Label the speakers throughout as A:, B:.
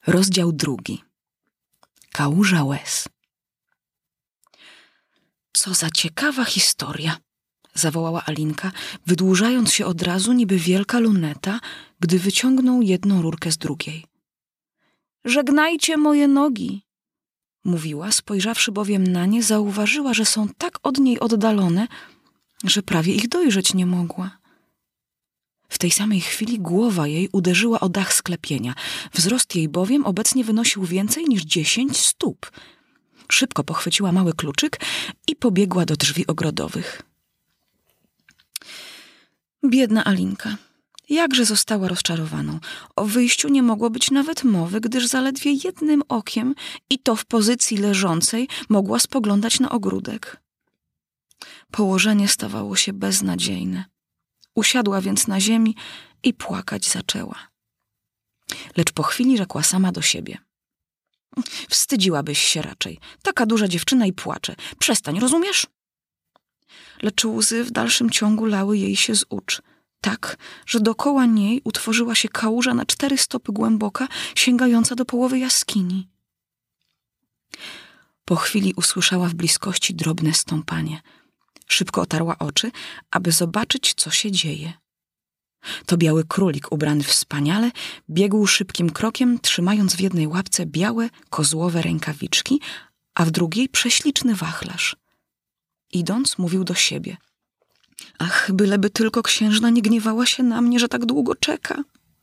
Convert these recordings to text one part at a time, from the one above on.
A: Rozdział 2. Kałuża łez. Co za ciekawa historia, zawołała Alinka, wydłużając się od razu niby wielka luneta, gdy wyciągnął jedną rurkę z drugiej. Żegnajcie moje nogi, mówiła, spojrzawszy bowiem na nie, zauważyła, że są tak od niej oddalone, że prawie ich dojrzeć nie mogła. W tej samej chwili głowa jej uderzyła o dach sklepienia. Wzrost jej bowiem obecnie wynosił więcej niż 10 stóp. Szybko pochwyciła mały kluczyk i pobiegła do drzwi ogrodowych. Biedna Alinka. Jakże została rozczarowaną. O wyjściu nie mogło być nawet mowy, gdyż zaledwie jednym okiem, i to w pozycji leżącej, mogła spoglądać na ogródek. Położenie stawało się beznadziejne. Usiadła więc na ziemi i płakać zaczęła. Lecz po chwili rzekła sama do siebie. Wstydziłabyś się raczej. Taka duża dziewczyna i płacze. Przestań, rozumiesz? Lecz łzy w dalszym ciągu lały jej się z oczu. Tak, że dokoła niej utworzyła się kałuża na 4 stopy głęboka, sięgająca do połowy jaskini. Po chwili usłyszała w bliskości drobne stąpanie. Szybko otarła oczy, aby zobaczyć, co się dzieje. To biały królik ubrany wspaniale biegł szybkim krokiem, trzymając w jednej łapce białe, kozłowe rękawiczki, a w drugiej prześliczny wachlarz. Idąc, mówił do siebie. Ach, byleby tylko księżna nie gniewała się na mnie, że tak długo czeka.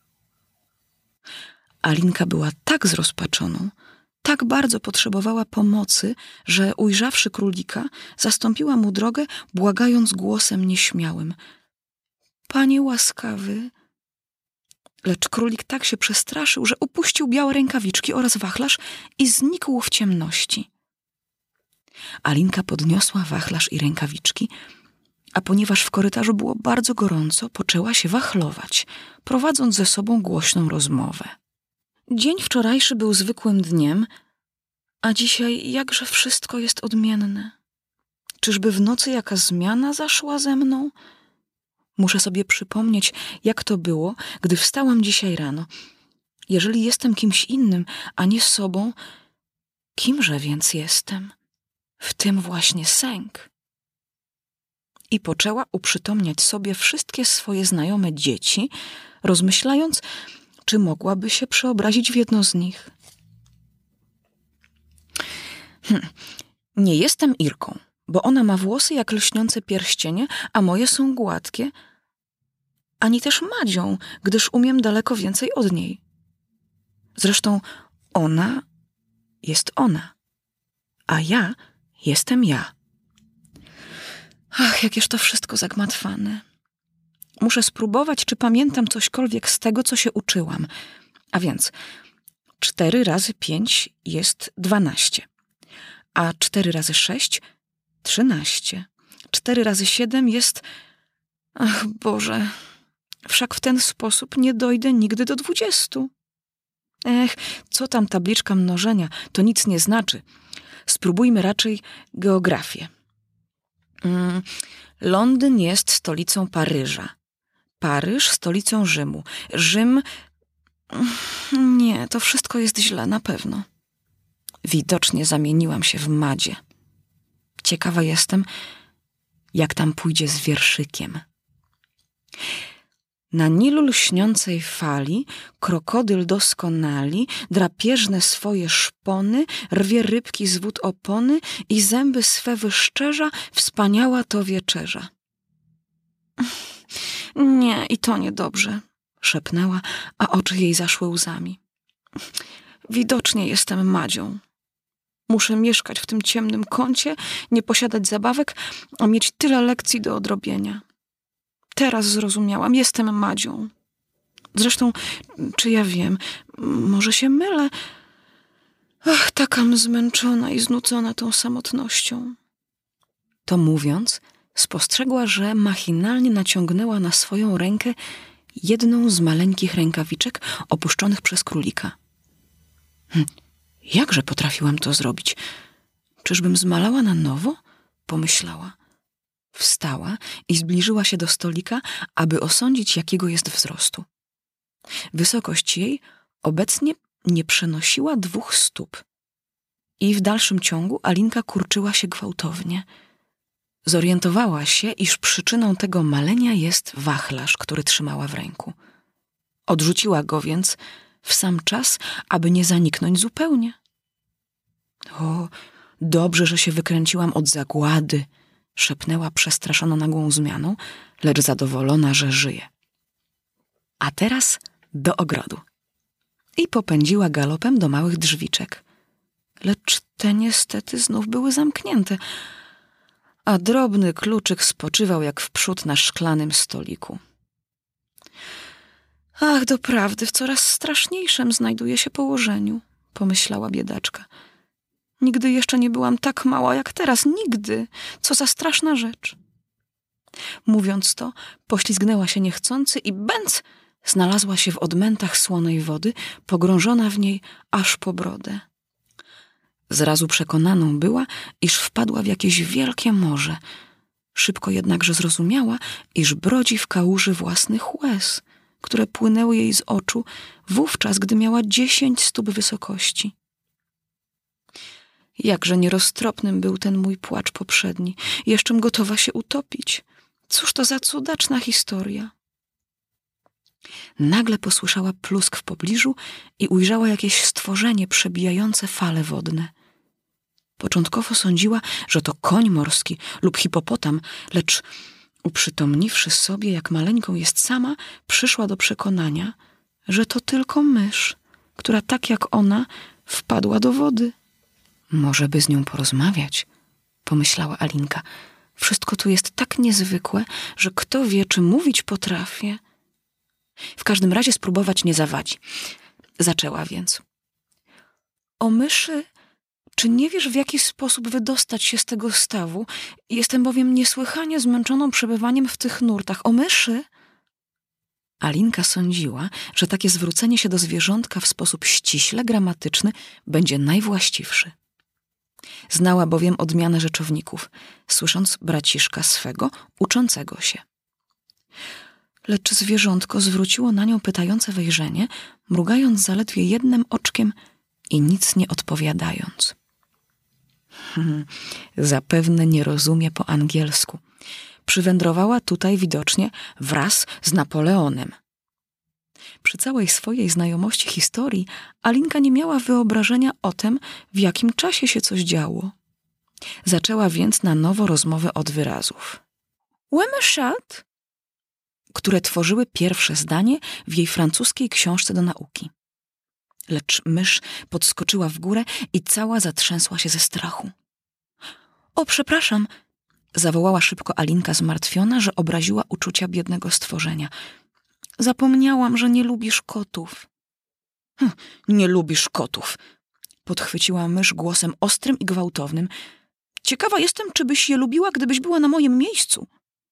A: Alinka była tak zrozpaczoną, tak bardzo potrzebowała pomocy, że ujrzawszy królika, zastąpiła mu drogę, błagając głosem nieśmiałym. Panie łaskawy. Lecz królik tak się przestraszył, że upuścił białe rękawiczki oraz wachlarz i znikł w ciemności. Alinka podniosła wachlarz i rękawiczki, a ponieważ w korytarzu było bardzo gorąco, poczęła się wachlować, prowadząc ze sobą głośną rozmowę. Dzień wczorajszy był zwykłym dniem, a dzisiaj jakże wszystko jest odmienne. Czyżby w nocy jaka zmiana zaszła ze mną? Muszę sobie przypomnieć, jak to było, gdy wstałam dzisiaj rano. Jeżeli jestem kimś innym, a nie sobą, kimże więc jestem? W tym właśnie sęk. I poczęła uprzytomniać sobie wszystkie swoje znajome dzieci, rozmyślając, czy mogłaby się przeobrazić w jedno z nich. Nie jestem Irką, bo ona ma włosy jak lśniące pierścienie, a moje są gładkie, ani też Madzią, gdyż umiem daleko więcej od niej. Zresztą ona jest ona, a ja jestem ja. Ach, jakież to wszystko zagmatwane. Muszę spróbować, czy pamiętam cośkolwiek z tego, co się uczyłam. A więc 4 razy 5 jest 12, a 4 razy 6 13, 4 razy 7 jest... Ach Boże, wszak w ten sposób nie dojdę nigdy do 20. Ech, co tam tabliczka mnożenia, to nic nie znaczy. Spróbujmy raczej geografię. Londyn jest stolicą Paryża. Paryż stolicą Rzymu. Rzym... Nie, to wszystko jest źle, na pewno. Widocznie zamieniłam się w Madzie. Ciekawa jestem, jak tam pójdzie z wierszykiem. Na Nilu lśniącej fali krokodyl doskonali, drapieżne swoje szpony, rwie rybki z wód opony i zęby swe wyszczerza, wspaniała to wieczerza. Nie, i to niedobrze, szepnęła, a oczy jej zaszły łzami. Widocznie jestem Madzią. Muszę mieszkać w tym ciemnym kącie, nie posiadać zabawek, a mieć tyle lekcji do odrobienia. Teraz zrozumiałam, jestem Madzią. Zresztą, czy ja wiem, może się mylę. Ach, takam zmęczona i znudzona tą samotnością. To mówiąc, spostrzegła, że machinalnie naciągnęła na swoją rękę jedną z maleńkich rękawiczek opuszczonych przez królika. Jakże potrafiłam to zrobić? Czyżbym zmalała na nowo? Pomyślała. Wstała i zbliżyła się do stolika, aby osądzić, jakiego jest wzrostu. Wysokość jej obecnie nie przenosiła 2 stóp. I w dalszym ciągu Alinka kurczyła się gwałtownie. Zorientowała się, iż przyczyną tego malenia jest wachlarz, który trzymała w ręku. Odrzuciła go więc w sam czas, aby nie zaniknąć zupełnie. O, dobrze, że się wykręciłam od zagłady, szepnęła przestraszona nagłą zmianą, lecz zadowolona, że żyje. A teraz do ogrodu. I popędziła galopem do małych drzwiczek. Lecz te niestety znów były zamknięte, a drobny kluczyk spoczywał jak wprzód na szklanym stoliku. Ach, doprawdy w coraz straszniejszym znajduje się położeniu, pomyślała biedaczka. Nigdy jeszcze nie byłam tak mała jak teraz, nigdy. Co za straszna rzecz. Mówiąc to, poślizgnęła się niechcący i bęc znalazła się w odmętach słonej wody, pogrążona w niej aż po brodę. Zrazu przekonaną była, iż wpadła w jakieś wielkie morze. Szybko jednakże zrozumiała, iż brodzi w kałuży własnych łez, które płynęły jej z oczu wówczas, gdy miała 10 stóp wysokości. Jakże nieroztropnym był ten mój płacz poprzedni. Jeszczem gotowa się utopić. Cóż to za cudaczna historia. Nagle posłyszała plusk w pobliżu i ujrzała jakieś stworzenie przebijające fale wodne. Początkowo sądziła, że to koń morski lub hipopotam, lecz uprzytomniwszy sobie, jak maleńką jest sama, przyszła do przekonania, że to tylko mysz, która tak jak ona wpadła do wody. Może by z nią porozmawiać, pomyślała Alinka. Wszystko tu jest tak niezwykłe, że kto wie, czy mówić potrafię. W każdym razie spróbować nie zawadzi. Zaczęła więc. O myszy, czy nie wiesz, w jaki sposób wydostać się z tego stawu? Jestem bowiem niesłychanie zmęczoną przebywaniem w tych nurtach. O myszy? Alinka sądziła, że takie zwrócenie się do zwierzątka w sposób ściśle gramatyczny będzie najwłaściwszy. Znała bowiem odmianę rzeczowników, słysząc braciszka swego uczącego się. Lecz zwierzątko zwróciło na nią pytające wejrzenie, mrugając zaledwie jednym oczkiem i nic nie odpowiadając. Zapewne nie rozumie po angielsku. Przywędrowała tutaj widocznie wraz z Napoleonem. Przy całej swojej znajomości historii Alinka nie miała wyobrażenia o tym, w jakim czasie się coś działo. Zaczęła więc na nowo rozmowę od wyrazów. Łemeszat, które tworzyły pierwsze zdanie w jej francuskiej książce do nauki. Lecz mysz podskoczyła w górę i cała zatrzęsła się ze strachu. O, przepraszam, zawołała szybko Alinka zmartwiona, że obraziła uczucia biednego stworzenia. Zapomniałam, że nie lubisz kotów. Nie lubisz kotów, podchwyciła mysz głosem ostrym i gwałtownym. Ciekawa jestem, czy byś je lubiła, gdybyś była na moim miejscu.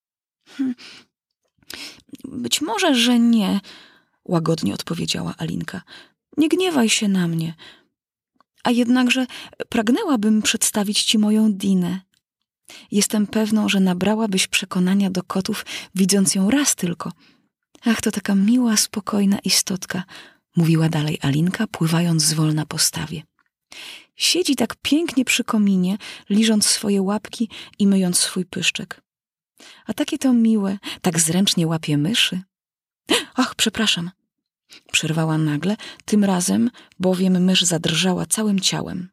A: Być może, że nie, łagodnie odpowiedziała Alinka. Nie gniewaj się na mnie. A jednakże pragnęłabym przedstawić ci moją Dinę. Jestem pewną, że nabrałabyś przekonania do kotów, widząc ją raz tylko. Ach, to taka miła, spokojna istotka, mówiła dalej Alinka, pływając zwolna po stawie. Siedzi tak pięknie przy kominie, liżąc swoje łapki i myjąc swój pyszczek. A takie to miłe, tak zręcznie łapie myszy. Ach, przepraszam, przerwała nagle, tym razem bowiem mysz zadrżała całym ciałem.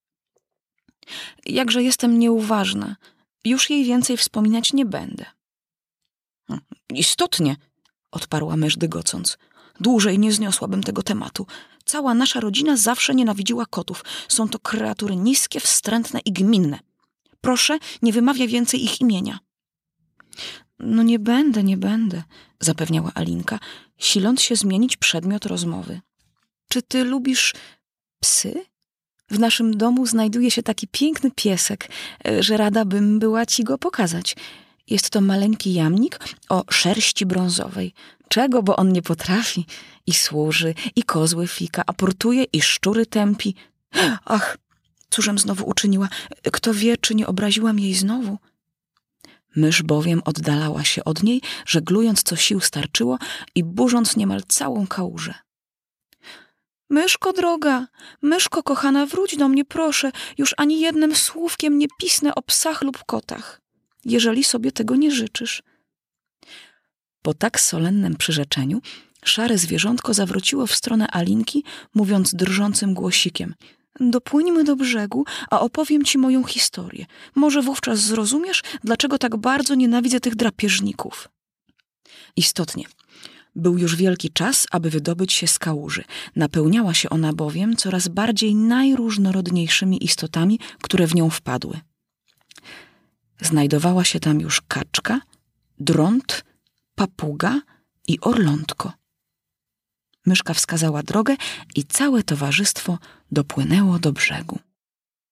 A: Jakże jestem nieuważna, już jej więcej wspominać nie będę. Istotnie, odparła mysz dygocąc. Dłużej nie zniosłabym tego tematu. Cała nasza rodzina zawsze nienawidziła kotów. Są to kreatury niskie, wstrętne i gminne. Proszę, nie wymawiaj więcej ich imienia. No nie będę, zapewniała Alinka, siląc się zmienić przedmiot rozmowy. Czy ty lubisz psy? W naszym domu znajduje się taki piękny piesek, że rada bym była ci go pokazać. Jest to maleńki jamnik o szerści brązowej. Czego, bo on nie potrafi. I służy, i kozły fika, aportuje, i szczury tępi. Ach, cóżem znowu uczyniła? Kto wie, czy nie obraziłam jej znowu? Mysz bowiem oddalała się od niej, żeglując co sił starczyło i burząc niemal całą kałużę. Myszko droga, myszko kochana, wróć do mnie, proszę, już ani jednym słówkiem nie pisnę o psach lub kotach, jeżeli sobie tego nie życzysz. Po tak solennym przyrzeczeniu szare zwierzątko zawróciło w stronę Alinki, mówiąc drżącym głosikiem: dopłyńmy do brzegu, a opowiem ci moją historię. Może wówczas zrozumiesz, dlaczego tak bardzo nienawidzę tych drapieżników. Istotnie, był już wielki czas, aby wydobyć się z kałuży. Napełniała się ona bowiem coraz bardziej najróżnorodniejszymi istotami, które w nią wpadły. Znajdowała się tam już kaczka, drąt, papuga i orlątko. Myszka wskazała drogę i całe towarzystwo dopłynęło do brzegu.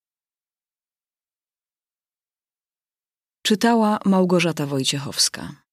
A: Czytała Małgorzata Wojciechowska.